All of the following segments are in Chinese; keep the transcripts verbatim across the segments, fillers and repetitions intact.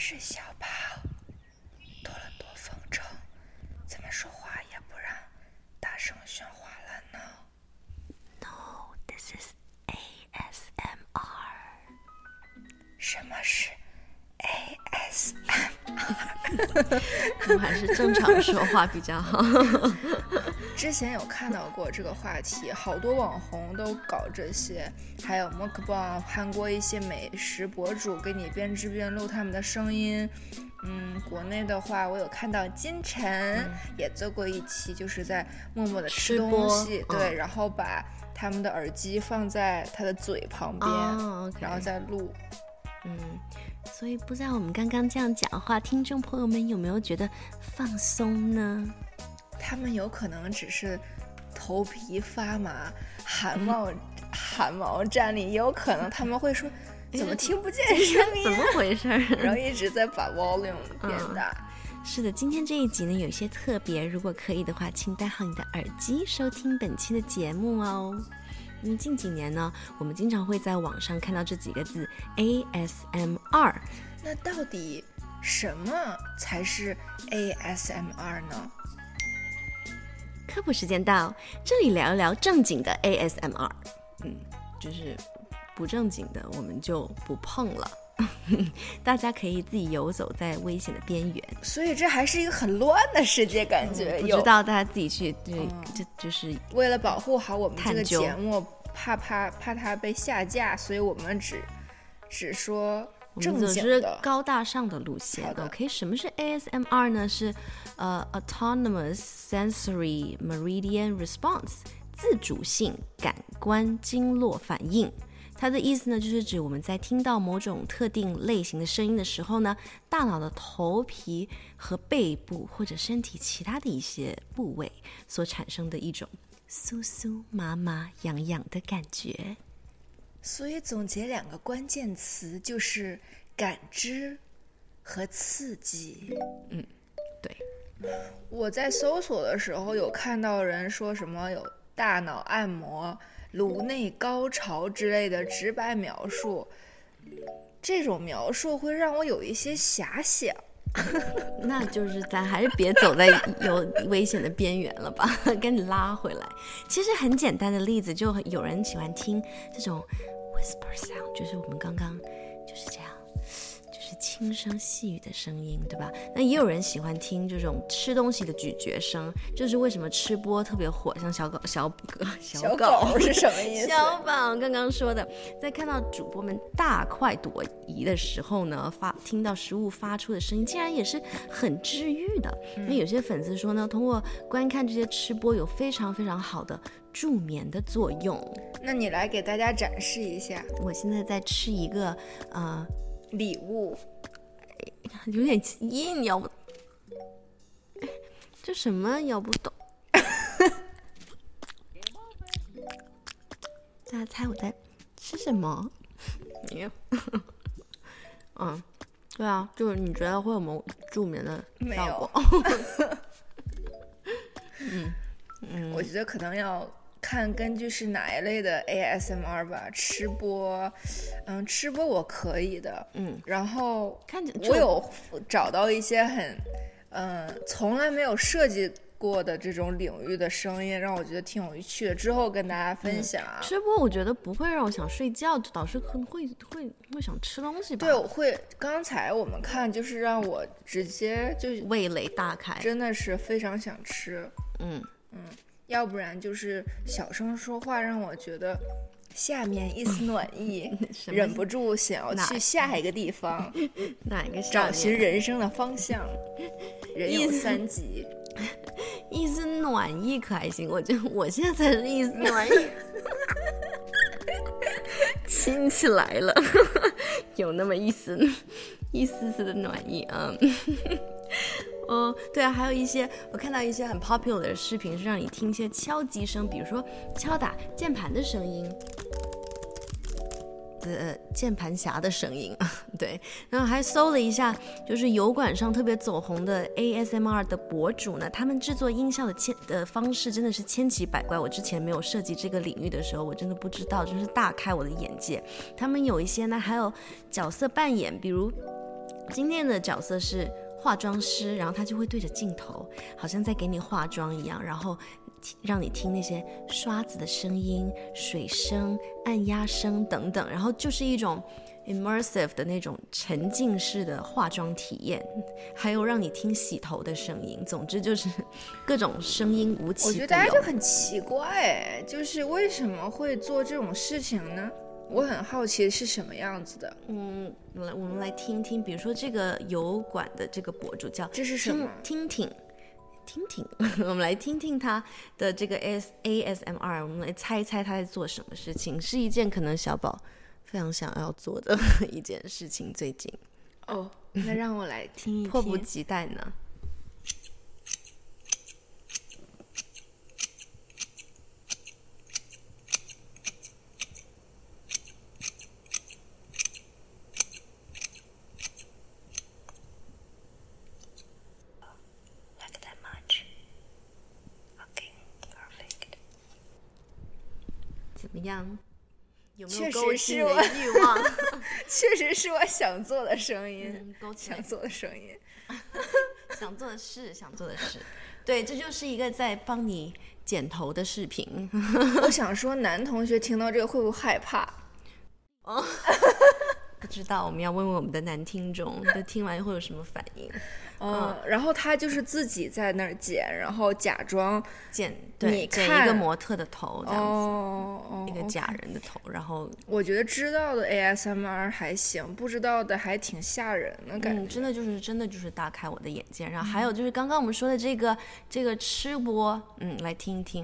是小宝，多伦多风城，怎么说话也不让大声喧哗了呢？ No, this is A S M R。 什么是 A S M R？ 我还是正常说话比较好。 之前有看到过这个话题，好多网红都搞这些，还有 mukbang 韩国一些美食博主给你边吃边录他们的声音。嗯，国内的话我有看到金晨、嗯、也做过一期，就是在默默的吃东西，对、嗯，然后把他们的耳机放在他的嘴旁边、哦 okay、然后再录。 嗯，所以不知道我们刚刚这样讲话，听众朋友们有没有觉得放松呢？ 他们有可能只是头皮发麻，汗毛、嗯、汗毛站立，也有可能他们会说怎么听不见声音、 怎么回事， 然后一直在把 volume 变大、 嗯、是的，今天这一集呢有一些特别，如果可以的话请戴好你的耳机收听本期的节目哦。嗯，近几年呢我们经常会在网上看到这几个字 A S M R， 那到底什么才是 A S M R 呢？ 科普时间到，这里聊一聊正经的 A S M R， 嗯，就是不正经的我们就不碰了。大家可以自己游走在危险的边缘， 所以这还是一个很乱的世界感觉、 嗯、不知道大家自己去就、嗯、就就是为了保护好我们这个节目，怕怕怕它被下架，所以我们只只说正经的， 我们走是高大上的路线。OK， 什么是 A S M R 呢？是呃、uh, Autonomous Sensory Meridian Response， 自主性感官经络反应。它的意思呢，就是指我们在听到某种特定类型的声音的时候呢，大脑的头皮和背部或者身体其他的一些部位所产生的一种酥酥麻麻痒痒的感觉。 所以总结两个关键词就是感知和刺激。 嗯，对。 我在搜索的时候有看到人说什么有大脑按摩、颅内高潮之类的直白描述，这种描述会让我有一些遐想。 那就是咱还是别走在有危险的边缘了吧，赶紧拉回来。其实很简单的例子，就有人喜欢听这种 whisper sound， 就是我们刚刚就是这样，就是轻声细语的声音，对吧？那也有人喜欢听这种吃东西的咀嚼声，就是为什么吃播特别火，像小狗小狗小狗是什么意思？ 小宝刚刚说的，在看到主播们大快朵颐的时候呢，发听到食物发出的声音，竟然也是很治愈的。那、嗯、有些粉丝说呢，通过观看这些吃播有非常非常好的助眠的作用。 那你来给大家展示一下。 我现在在吃一个呃礼物， 有点硬，咬不，这什么咬不动？大家猜我在吃什么？没有。嗯，对啊，就是你觉得会有没有助眠的效果？ 嗯嗯，我觉得可能要看根据是哪一类的 A S M R 吧。吃播，嗯，吃播我可以的，嗯，然后看着我有找到一些很，嗯，从来没有设计过的这种领域的声音，让我觉得挺有趣的，之后跟大家分享、啊嗯、吃播我觉得不会让我想睡觉，导致可能会会会想吃东西吧。 对，我会，刚才我们看就是让我直接就味蕾大开， 真的是非常想吃。嗯嗯，要不然就是小声说话，让我觉得下面一丝暖意忍不住想要去下一个地方哪一个找寻人生的方向。人有三急， 一丝暖意可还行，我觉得我现在才是一丝暖意亲起来了有那么一丝一丝丝的暖意啊。嗯，对啊，还有一些我看到一些很 popular 的视频是让你听一些敲击声，比如说敲打键盘的声音，呃，键盘侠的声音，对，然后还搜了一下，就是油管上特别走红的 A S M R 的博主呢，他们制作音效的千的方式真的是千奇百怪。我之前没有涉及这个领域的时候，我真的不知道，真是大开我的眼界。他们有一些呢，还有角色扮演，比如今天的角色是化妆师，然后他就会对着镜头，好像在给你化妆一样，然后让你听那些刷子的声音、水声、按压声等等，然后就是一种 immersive 的那种沉浸式的化妆体验，还有让你听洗头的声音，总之就是各种声音无奇不有。 我觉得大家就很奇怪，就是为什么会做这种事情呢？我很好奇是什么样子的。 嗯，我们来听听，比如说这个油管的这个博主叫这是什么？ 听听听听，我们来听听他的这个 A S M R， 我们来猜一猜他在做什么事情，是一件可能小宝非常想要做的一件事情。最近哦，那让我来听一听， 迫不及待呢。怎么样？有没有勾起你的欲望？ 确实是我想做的声音， 嗯、勾起想做的声音， 想做的事，想做的事。对，这就是一个在帮你剪头的视频。 我想说，男同学听到这个会不会害怕？ 哦，不知道，我们要问问我们的男听众，就听完会有什么反应。 嗯，然后他就是自己在那儿剪，然后假装剪，对，剪一个模特的头这样子， 哦哦、 一个假人的头。 okay. 然后我觉得知道的 A S M R 还行，不知道的还挺吓人的感觉。 嗯，真的就是真的就是大开我的眼界。然后还有就是刚刚我们说的这个这个吃播，嗯，来听一听。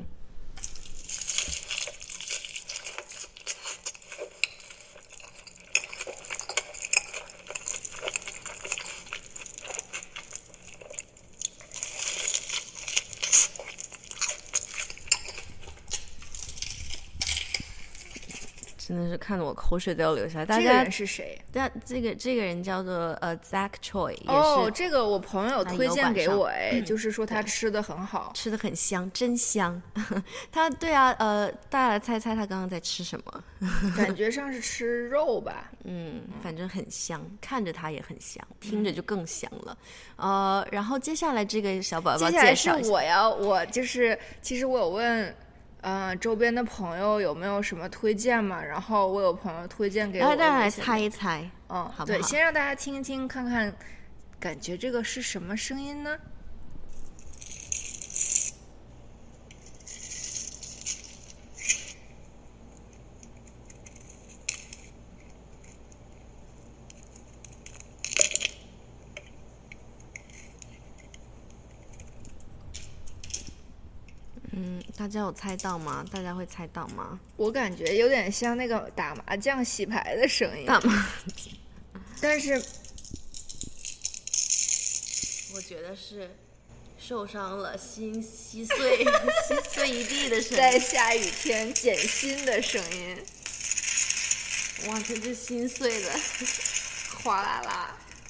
真的是看得我口水都要流下来。大家这个人是谁？ 但这个这个人叫做呃 Zach Choi， 也是哦，这个我朋友推荐给我，哎，就是说他吃的很好， 吃的很香，真香。他对啊，呃，大家来猜猜他刚刚在吃什么？ 感觉上是吃肉吧？ 嗯，反正很香，看着它也很香，听着就更香了。嗯、呃，然后接下来这个小宝宝介绍一下， 接下来是我要，我就是其实我有问。嗯、呃，周边的朋友有没有什么推荐嘛？然后我有朋友推荐给我， 然后大家来猜一猜， 嗯， 好不好？ 对，先让大家听一听，看看，感觉这个是什么声音呢？ 嗯，大家有猜到吗？大家会猜到吗？ 我感觉有点像那个打麻将洗牌的声音。 打麻将，但是我觉得是受伤了，心稀碎，稀碎一地的声音。 在下雨天捡心的声音。 哇，这是心碎的， 哗啦啦。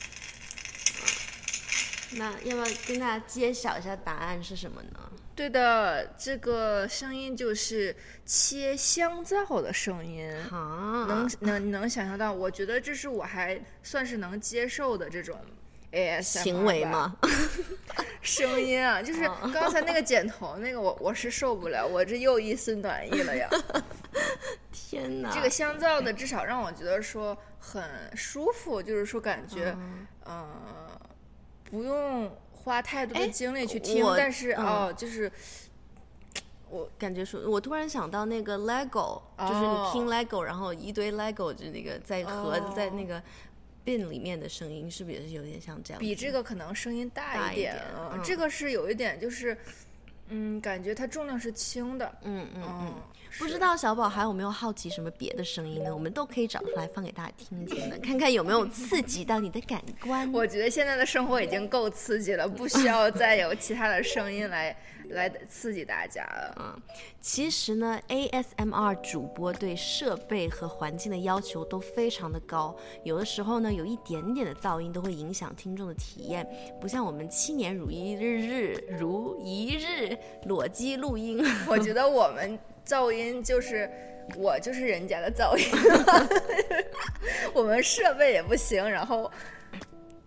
那要不要跟大家揭晓一下答案是什么呢？ 对的，这个声音就是切香皂的声音。 啊， 能能能想象到，我觉得这是我还算是能接受的这种 A S M R 行为吗？ 声音啊，就是刚才那个剪头那个我，我我是受不了，我这又一丝暖意了呀！ 天哪， 这个香皂的至少让我觉得说很舒服，就是说感觉，嗯、呃，不用花太多的精力去听，但是、嗯、哦，就是我感觉说，我突然想到那个 Lego，、哦、就是你听 Lego， 然后一堆 Lego 就那个在盒子、哦、在那个 bin 里面的声音，是不是也是有点像这样？ 比这个可能声音大一点， 大一点嗯、这个是有一点就是，嗯，感觉它重量是轻的， 嗯嗯嗯。不知道小宝还有没有好奇什么别的声音呢？我们都可以找出来放给大家听一听的，看看有没有刺激到你的感官。 我觉得现在的生活已经够刺激了，不需要再有其他的声音来来刺激大家了。 嗯，其实呢 ，A S M R 主播对设备和环境的要求都非常的高，有的时候呢，有一点点的噪音都会影响听众的体验，不像我们七年如一日日如一日裸机录音。 我觉得我们。噪音就是我就是人家的噪音，我们设备也不行，然后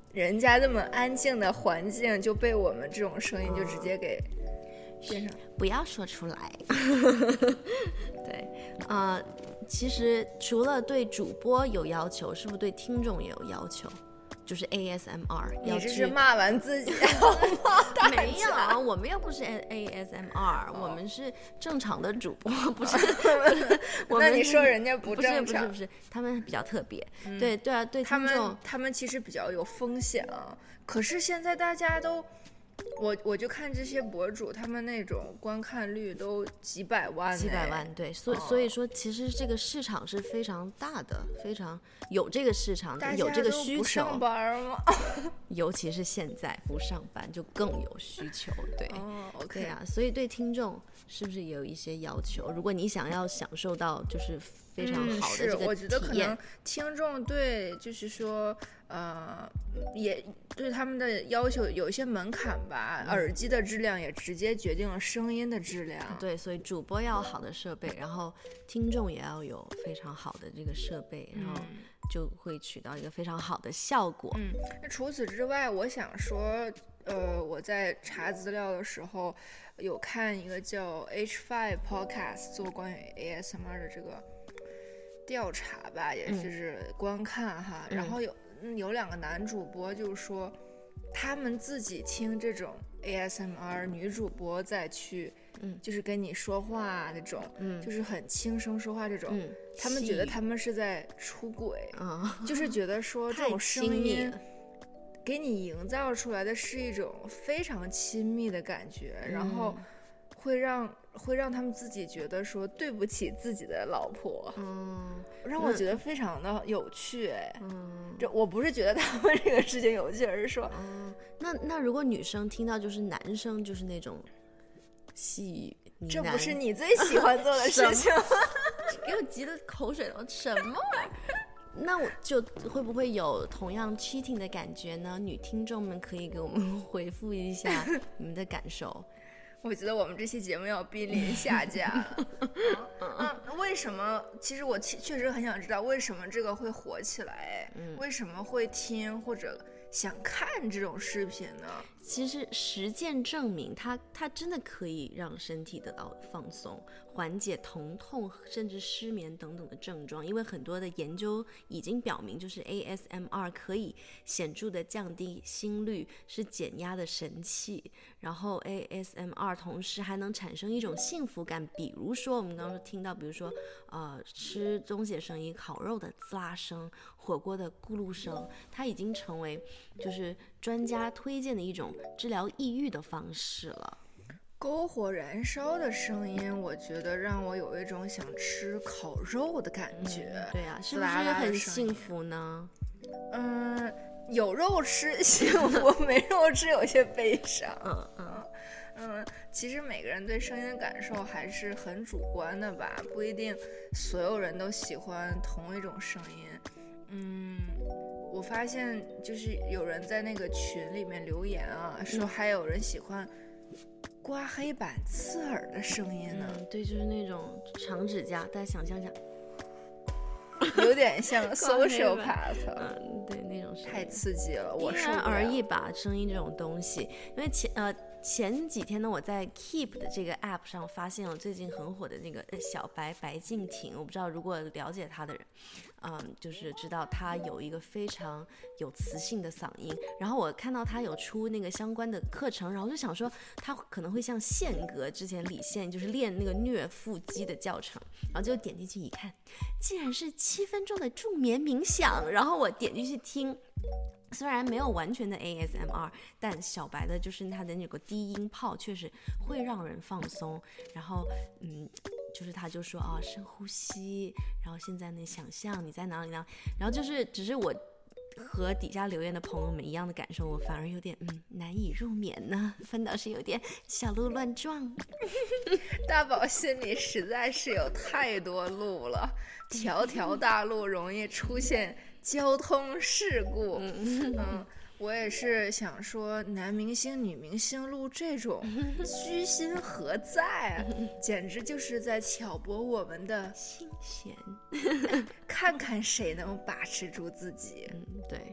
人家这么安静的环境就被我们这种声音就直接给变成、 不要说出来。对，呃，其实除了对主播有要求，是不是对听众也有要求？就是 A S M R， 你这是骂完自己没有，我们又不是 A S M R，、哦、我们是正常的主播，不是。 那你说人家不正常？ 不是不是不是，他们比较特别。嗯、对对啊，对听众， 他们他们其实比较有风险啊。可是现在大家都。我我就看这些博主，他们那种观看率都几百万， 几百万，对，所以、哦、所以说，其实这个市场是非常大的，非常有这个市场的，有这个需求。 不上班吗？ 尤其是现在不上班，就更有需求，对。 哦 ，OK， 对啊，所以对听众是不是也有一些要求？如果你想要享受到就是非常好的这个体验， 嗯、是我觉得可能听众对，就是说。呃，也对他们的要求有一些门槛吧、嗯，耳机的质量也直接决定了声音的质量。 对，所以主播要好的设备，然后听众也要有非常好的这个设备，然后就会取到一个非常好的效果。 嗯，那除此之外，我想说，呃，我在查资料的时候有看一个叫 H 五 Podcast 做关于 A S M R 的这个调查吧，也就是观看哈，嗯、然后有。嗯，有两个男主播就是说，他们自己听这种 A S M R 女主播再去，嗯，就是跟你说话那种，嗯，就是很轻声说话这种，嗯，他们觉得他们是在出轨，嗯，就是觉得说这种声音给你营造出来的是一种非常亲密的感觉，嗯、然后会让会让他们自己觉得说对不起自己的老婆，嗯，让我觉得非常的有趣，哎，嗯，这我不是觉得他们这个事情有趣，而是说， 嗯，那那如果女生听到就是男生就是那种细语， 这不是你最喜欢做的事情吗？ 给我急的口水了，什么玩意儿？那我就会不会有同样 cheating 的感觉呢？女听众们可以给我们回复一下你们的感受。 我觉得我们这期节目要濒临下架了。嗯、那为什么？其实我确实很想知道为什么这个会火起来，嗯、为什么会听或者想看这种视频呢？ 其实实践证明它，它真的可以让身体得到放松，缓解疼痛甚至失眠等等的症状。因为很多的研究已经表明，就是 A S M R 可以显著的降低心率，是减压的神器。然后 A S M R 同时还能产生一种幸福感，比如说我们刚刚听到，比如说呃吃东西的声音、烤肉的滋啦声、火锅的咕噜声，它已经成为就是专家推荐的一种治疗抑郁的方式了。 篝火燃烧的声音，我觉得让我有一种想吃烤肉的感觉。 嗯、对啊，是不是很幸福呢？ 嗯，有肉吃幸福，没肉吃有些悲伤。嗯嗯嗯，其实每个人对声音的感受还是很主观的吧，不一定所有人都喜欢同一种声音。嗯。我发现就是有人在那个群里面留言啊，说还有人喜欢刮黑板刺耳的声音呢。 嗯，对，就是那种长指甲，大家想象一下， 有点像 sociopath， 嗯，对，那种声音太刺激了，我因人而异吧，声音这种东西，因为前呃。前几天呢，我在 Keep 的这个 app 上发现了最近很火的那个小白白敬亭。我不知道如果了解他的人，嗯，就是知道他有一个非常有磁性的嗓音。然后我看到他有出那个相关的课程，然后就想说他可能会像宪哥之前李现就是练那个虐腹肌的教程，然后就点进去一看，竟然是七分钟的助眠冥想。然后我点进去听。虽然没有完全的 A S M R， 但小白的就是它的那个低音炮确实会让人放松。然后嗯，就是他就说啊，深呼吸，然后现在呢想象你在哪里呢，然后就是只是我和底下留言的朋友们一样的感受，我反而有点嗯难以入眠呢。范导师有点小鹿乱撞。 大宝心里实在是有太多路了，条条大路容易出现交通事故。嗯, 嗯，我也是想说，男明星女明星录这种居心何在啊，简直就是在挑拨我们的心弦。 看看谁能把持住自己。 嗯，对，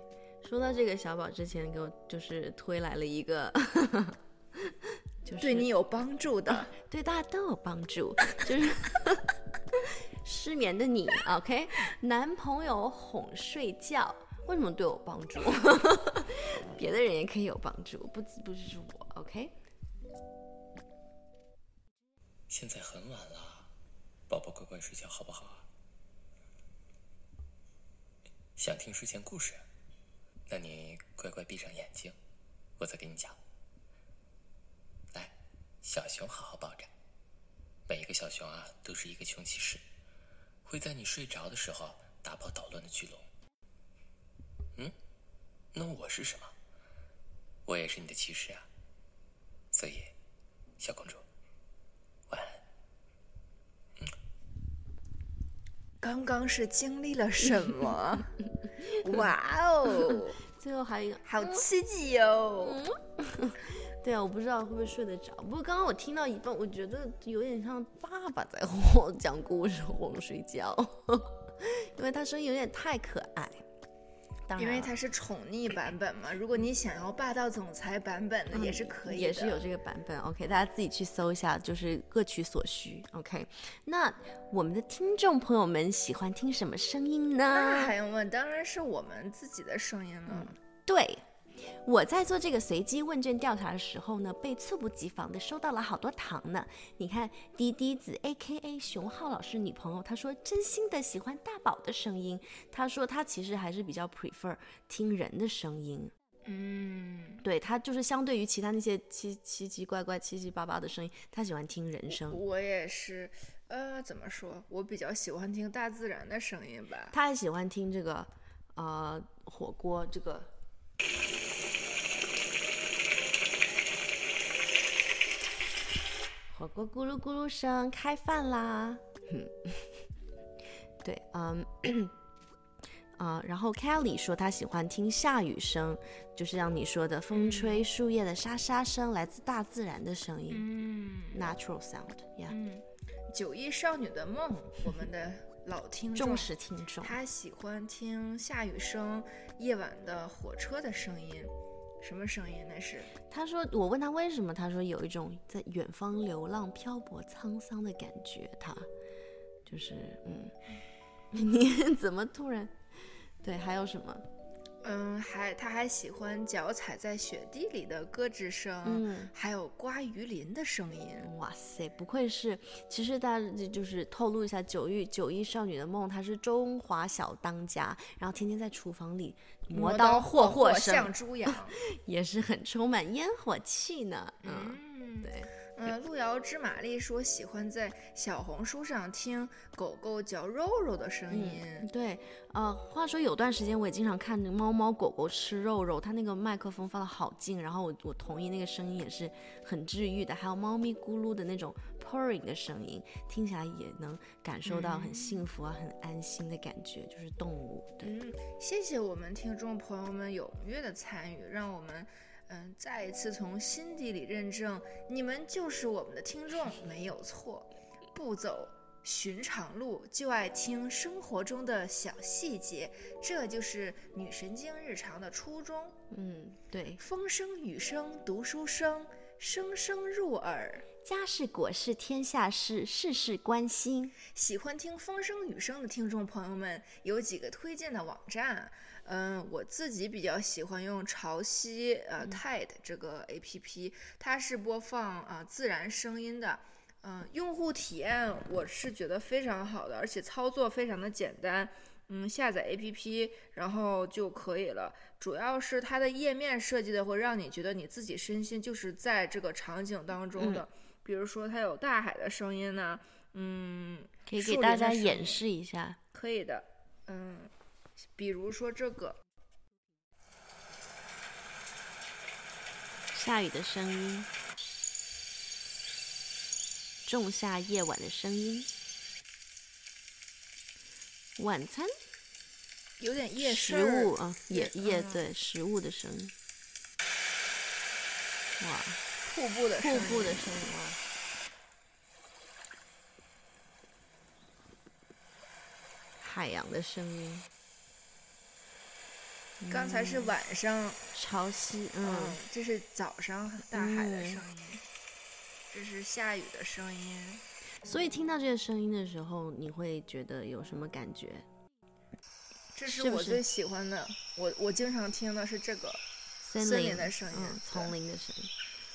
说到这个，小宝之前给我就是推来了一个就是对你有帮助的、 啊、对大家都有帮助，就是失眠的你 OK， 男朋友哄睡觉为什么对我帮助别的人也可以有帮助，不不只是我 OK。 现在很晚了，宝宝乖乖睡觉好不好啊？想听睡前故事，那你乖乖闭上眼睛，我再给你讲。来，小熊好好抱着，每一个小熊啊都是一个穷骑士，会在你睡着的时候打跑捣乱的巨龙。嗯，那我是什么？我也是你的骑士啊。所以，小公主，晚安。嗯。 刚刚是经历了什么？哇哦！ 最后还有一个， 好刺激哟、 嗯！对啊，我不知道会不会睡得着。不过刚刚我听到一半，我觉得有点像爸爸在哄我讲故事，哄我睡觉，因为他声音有点太可爱。 因为它是宠溺版本嘛，如果你想要霸道总裁版本的也是可以的、嗯、 也是有这个版本 OK， 大家自己去搜一下，就是各取所需 OK。 那我们的听众朋友们喜欢听什么声音呢？ 那还用问，当然是我们自己的声音了、嗯、 对，我在做这个随机问卷调查的时候呢，被猝不及防的收到了好多糖呢。你看，滴滴子 A K A 熊浩老师女朋友，她说真心的喜欢大宝的声音。她说她其实还是比较 prefer 听人的声音。 嗯， 对，她就是相对于其他那些奇奇奇怪怪、七七八八的声音，她喜欢听人声。 我也是，呃，怎么说？我比较喜欢听大自然的声音吧。 她还喜欢听这个，呃，火锅这个。火锅咕噜咕噜声，开饭啦！对，嗯，啊、呃，然后 Kelly 说她喜欢听下雨声，就是像你说的风吹树叶的沙沙声，来自大自然的声音，嗯 ，natural sound，yeah。 嗯，九一少女的梦，我们的老听众， 忠实听众， 他喜欢听下雨声、夜晚的火车的声音。什么声音那是？ 他说，我问他为什么，他说有一种在远方流浪、漂泊、沧桑的感觉。他就是嗯，你怎么突然？对，还有什么？ 嗯，还他还喜欢脚踩在雪地里的咯吱声，嗯，还有刮鱼鳞的声音。 哇塞，不愧是，其实大家就是透露一下，九一九一少女的梦，她是中华小当家，然后天天在厨房里磨刀霍霍声， 像猪羊， 也是很充满烟火气呢。嗯，嗯对。 嗯，路遥知马力说喜欢在小红书上听狗狗嚼肉肉的声音。 嗯、对，呃，话说有段时间我也经常看猫猫狗狗吃肉肉，它那个麦克风放得好近，然后我我同意那个声音也是很治愈的，还有猫咪咕噜的那种 purring 的声音，听起来也能感受到很幸福啊、嗯、很安心的感觉，就是动物。对， 嗯，谢谢我们听众朋友们踊跃的参与，让我们。嗯，再一次从心底里认证，你们就是我们的听众，没有错。不走寻常路，就爱听生活中的小细节，这就是女神经日常的初衷。 嗯，对。 风声雨声读书声，声声入耳。 家事国事天下事，事事关心。 喜欢听风声雨声的听众朋友们，有几个推荐的网站。嗯，我自己比较喜欢用潮汐呃 Tide 这个 A P P， 它是播放啊、呃、自然声音的。嗯、呃，用户体验我是觉得非常好的，而且操作非常的简单。嗯，下载 A P P 然后就可以了。主要是它的页面设计的会让你觉得你自己身心就是在这个场景当中的。嗯、比如说它有大海的声音呢、啊，嗯， 可以给大家演示一下。 可以的，嗯。比如说这个下雨的声音，仲夏夜晚的声音，晚餐有点夜市食物啊，夜夜对食物的声音，哇， 瀑布的瀑布的声音哇，海洋的声音。 刚才是晚上潮汐， 嗯， 嗯， 这是早上大海的声音，这是下雨的声音。 所以听到这些声音的时候，你会觉得有什么感觉？ 这是不是是我最喜欢的，我我经常听的是这个森森林的声音， 嗯，丛林的声音。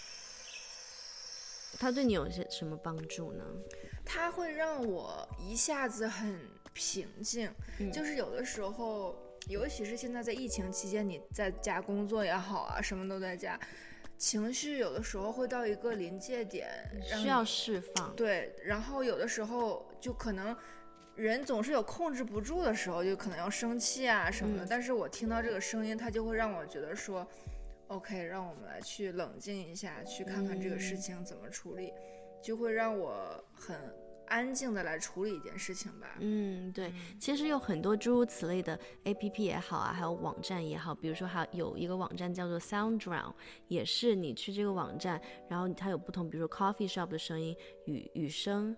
它对你有些什么帮助呢？ 它会让我一下子很平静， 嗯就是有的时候，尤其是现在在疫情期间，你在家工作也好啊，什么都在家，情绪有的时候会到一个临界点，让需要释放。 对，然后有的时候就可能人总是有控制不住的时候，就可能要生气啊什么的。 嗯但是我听到这个声音，它就会让我觉得说 ，OK， 让我们来去冷静一下，去看看这个事情怎么处理，嗯、就会让我很安静的来处理一件事情吧。 嗯，对，其实有很多诸如此类的 A P P 也好啊，还有网站也好，比如说还有一个网站叫做 SoundDrown， 也是你去这个网站，然后它有不同，比如说 coffee shop 的声音、雨雨声。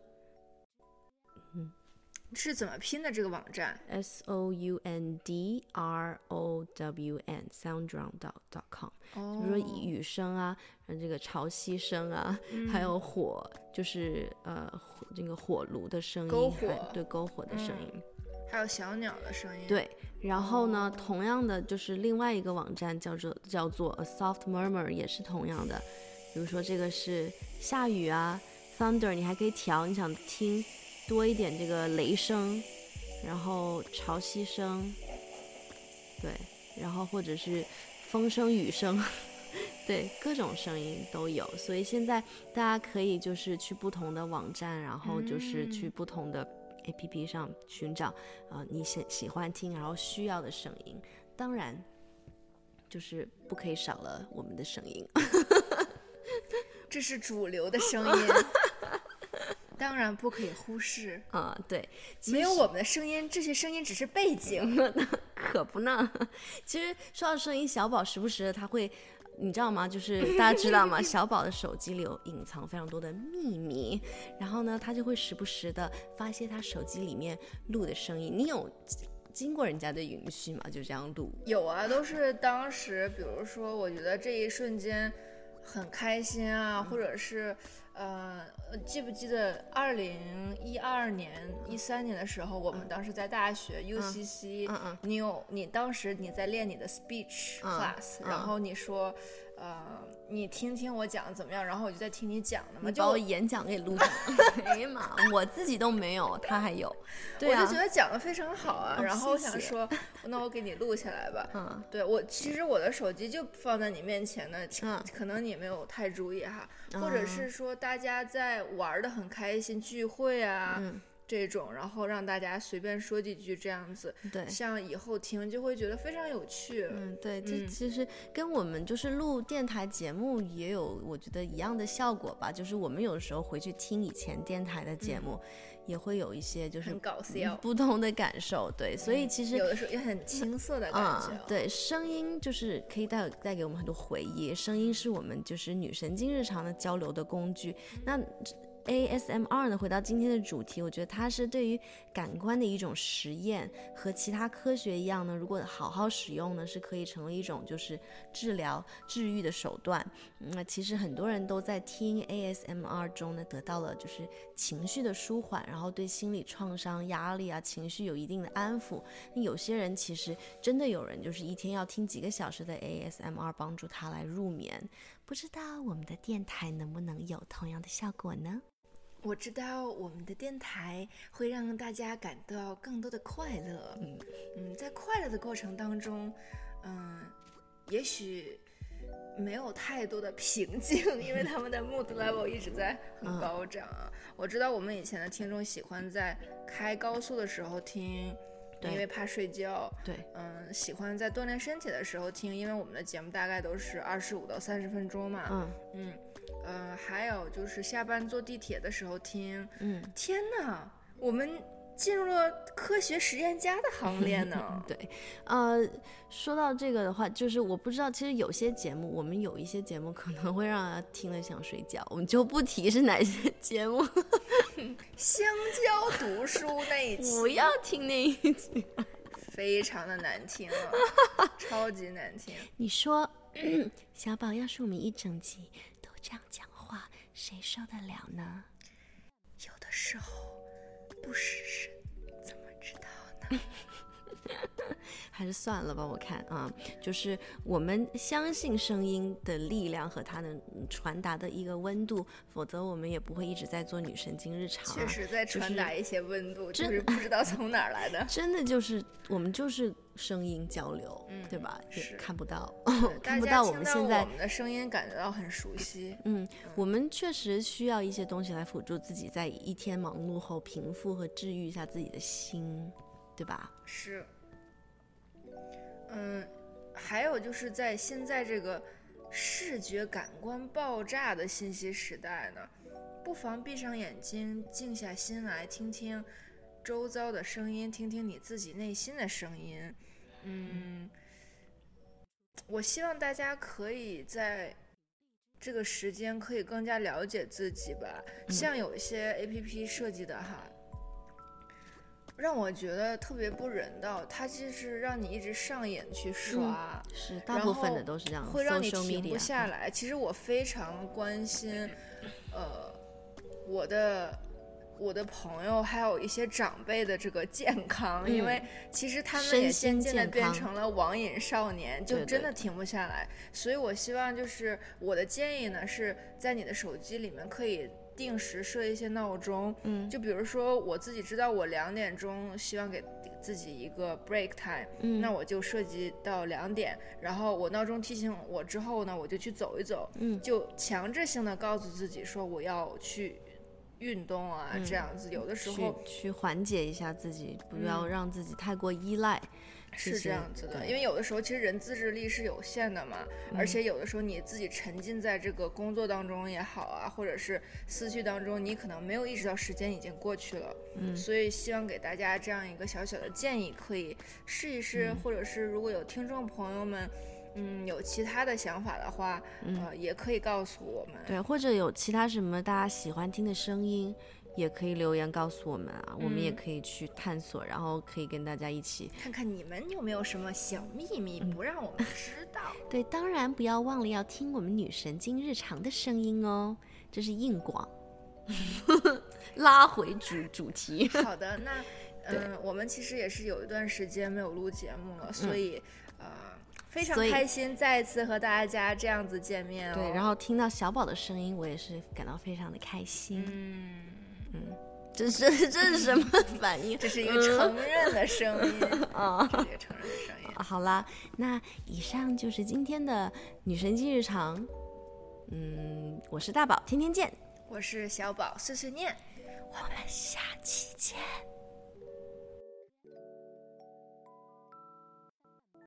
是怎么拼的这个网站 S O U N D R O W N soundround dot com， 哦， 比如说雨声啊，这个潮汐声啊， 嗯、 还有火，就是呃这个火炉的声音， 篝火， 对，篝火的声音、 嗯，还有小鸟的声音， 对。然后呢，哦、同样的就是另外一个网站叫做叫做 A Soft Murmur， 也是同样的，比如说这个是下雨啊 ，thunder， 你还可以调，你想听多一点这个雷声，然后潮汐声，对，然后或者是风声、雨声，对，各种声音都有。所以现在大家可以就是去不同的网站，然后就是去不同的 A P P 上寻找，呃，你喜喜欢听然后需要的声音。当然，就是不可以少了我们的声音， 这是主流的声音。当然不可以忽视啊、嗯，对， 没有我们的声音，这些声音只是背景， 可不呢。其实说到声音，小宝时不时的他会，你知道吗？就是大家知道吗？小宝的手机里有隐藏非常多的秘密，然后呢，他就会时不时的发一些他手机里面录的声音。你有经过人家的允许吗？就这样录？ 有啊，都是当时，比如说，我觉得这一瞬间很开心啊，或者是。呃，记不记得二零一二年、一三年的时候，我们当时在大学、嗯、U C C，、嗯嗯、你有你当时你在练你的 speech class，、嗯、然后你说，呃，你听听我讲怎么样，然后我就在听你讲的嘛， 就把我演讲给录下来。哎呀妈，我自己都没有，他还有，对啊， 我就觉得讲得非常好啊， 哦、 然后我想说，那我给你录下来吧。 嗯， 对我其实我的手机就放在你面前呢，嗯、可能你没有太注意哈，嗯、或者是说。大家在玩的很开心，聚会啊、嗯、这种，然后让大家随便说几句这样子， 对， 像以后听就会觉得非常有趣。 嗯，对，这其实跟我们就是录电台节目也有我觉得一样的效果吧，就是我们有时候回去听以前电台的节目、嗯、也会有一些就是很搞笑不同的感受，对，所以其实、 嗯、有的时候也很青涩的感觉、哦嗯、对，声音就是可以带带给我们很多回忆，声音是我们就是女神经日常的交流的工具。那 A S M R 呢，回到今天的主题，我觉得它是对于感官的一种实验，和其他科学一样呢，如果好好使用呢，是可以成为一种就是治疗治愈的手段。那、嗯、其实很多人都在听 A S M R 中呢，得到了就是情绪的舒缓，然后对心理创伤、压力啊、情绪有一定的安抚。那有些人其实真的有人就是一天要听几个小时的 A S M R 帮助他来入眠。不知道我们的电台能不能有同样的效果呢？ 我知道我们的电台会让大家感到更多的快乐，嗯嗯，在快乐的过程当中，嗯，也许没有太多的平静，因为他们的 mood level 一直在很高涨啊。嗯、我知道我们以前的听众喜欢在开高速的时候听，因为怕睡觉， 对， 嗯，喜欢在锻炼身体的时候听，因为我们的节目大概都是二十五到三十分钟嘛， 嗯嗯。呃，还有就是下班坐地铁的时候听， 嗯， 天哪，我们进入了科学实验家的行列呢。 对，呃，说到这个的话，就是我不知道，其实有些节目，我们有一些节目可能会让人听了想睡觉，我们就不提是哪些节目。 香蕉读书那一期， 不要听那一集。 非常的难听啊， 超级难听。 你说小宝，要是我们一整集都这样讲话，谁受得了呢？ 有的时候不是神怎么知道呢？ 还是算了吧，我看啊，就是我们相信声音的力量和它能传达的一个温度，否则我们也不会一直在做女神经日常、啊。 确实在传达一些温度， 就是、 就是不知道从哪儿来的。 真的就是我们就是声音交流， 嗯、 对吧？ 是看不到， 看不到我们现在我们的声音感觉到很熟悉。 嗯，嗯我们确实需要一些东西来辅助自己，在一天忙碌后平复和治愈一下自己的心，对吧？ 是。嗯，还有就是在现在这个视觉感官爆炸的信息时代呢，不妨闭上眼睛，静下心来，听听周遭的声音，听听你自己内心的声音。嗯，我希望大家可以在这个时间可以更加了解自己吧。像有一些 A P P 设计的哈，让我觉得特别不人道，它就是让你一直上瘾去刷， 嗯、是大部分的都是这样， 会让你停不下来。其实我非常关心，呃，我的我的朋友还有一些长辈的这个健康， 嗯、 因为其实他们也渐渐的变成了网瘾少年，就真的停不下来。对对，所以我希望就是我的建议呢，是在你的手机里面可以定时设一些闹钟， 嗯， 就比如说我自己知道我两点钟希望给自己一个 break time， 嗯， 那我就设计到两点，然后我闹钟提醒我之后呢，我就去走一走， 嗯， 就强制性的告诉自己说我要去运动啊， 嗯、 这样子有的时候去去缓解一下自己，不要让自己太过依赖。 嗯是这样子的，因为有的时候其实人自制力是有限的嘛，嗯、而且有的时候你自己沉浸在这个工作当中也好啊，或者是思绪当中，你可能没有意识到时间已经过去了。 嗯， 所以希望给大家这样一个小小的建议，可以试一试， 嗯、 或者是如果有听众朋友们，嗯，有其他的想法的话， 嗯、 呃，也可以告诉我们。 对，或者有其他什么大家喜欢听的声音，也可以留言告诉我们啊， 嗯、 我们也可以去探索，然后可以跟大家一起看看你们有没有什么小秘密不让我们知道。 嗯、对，当然不要忘了要听我们女神经日常的声音哦，这是硬广。拉回主主题。 好的，那嗯，我们其实也是有一段时间没有录节目了，所以、嗯、呃。非常开心再一次和大家这样子见面哦。 对，然后听到小宝的声音，我也是感到非常的开心。 嗯嗯，这是这是什么反应？ 这是一个承认的声音啊， 这是一个承认的声音。 好啦，那以上就是今天的女神经日常。嗯，我是大宝，天天见。 我是小宝，碎碎念。 我们下期见。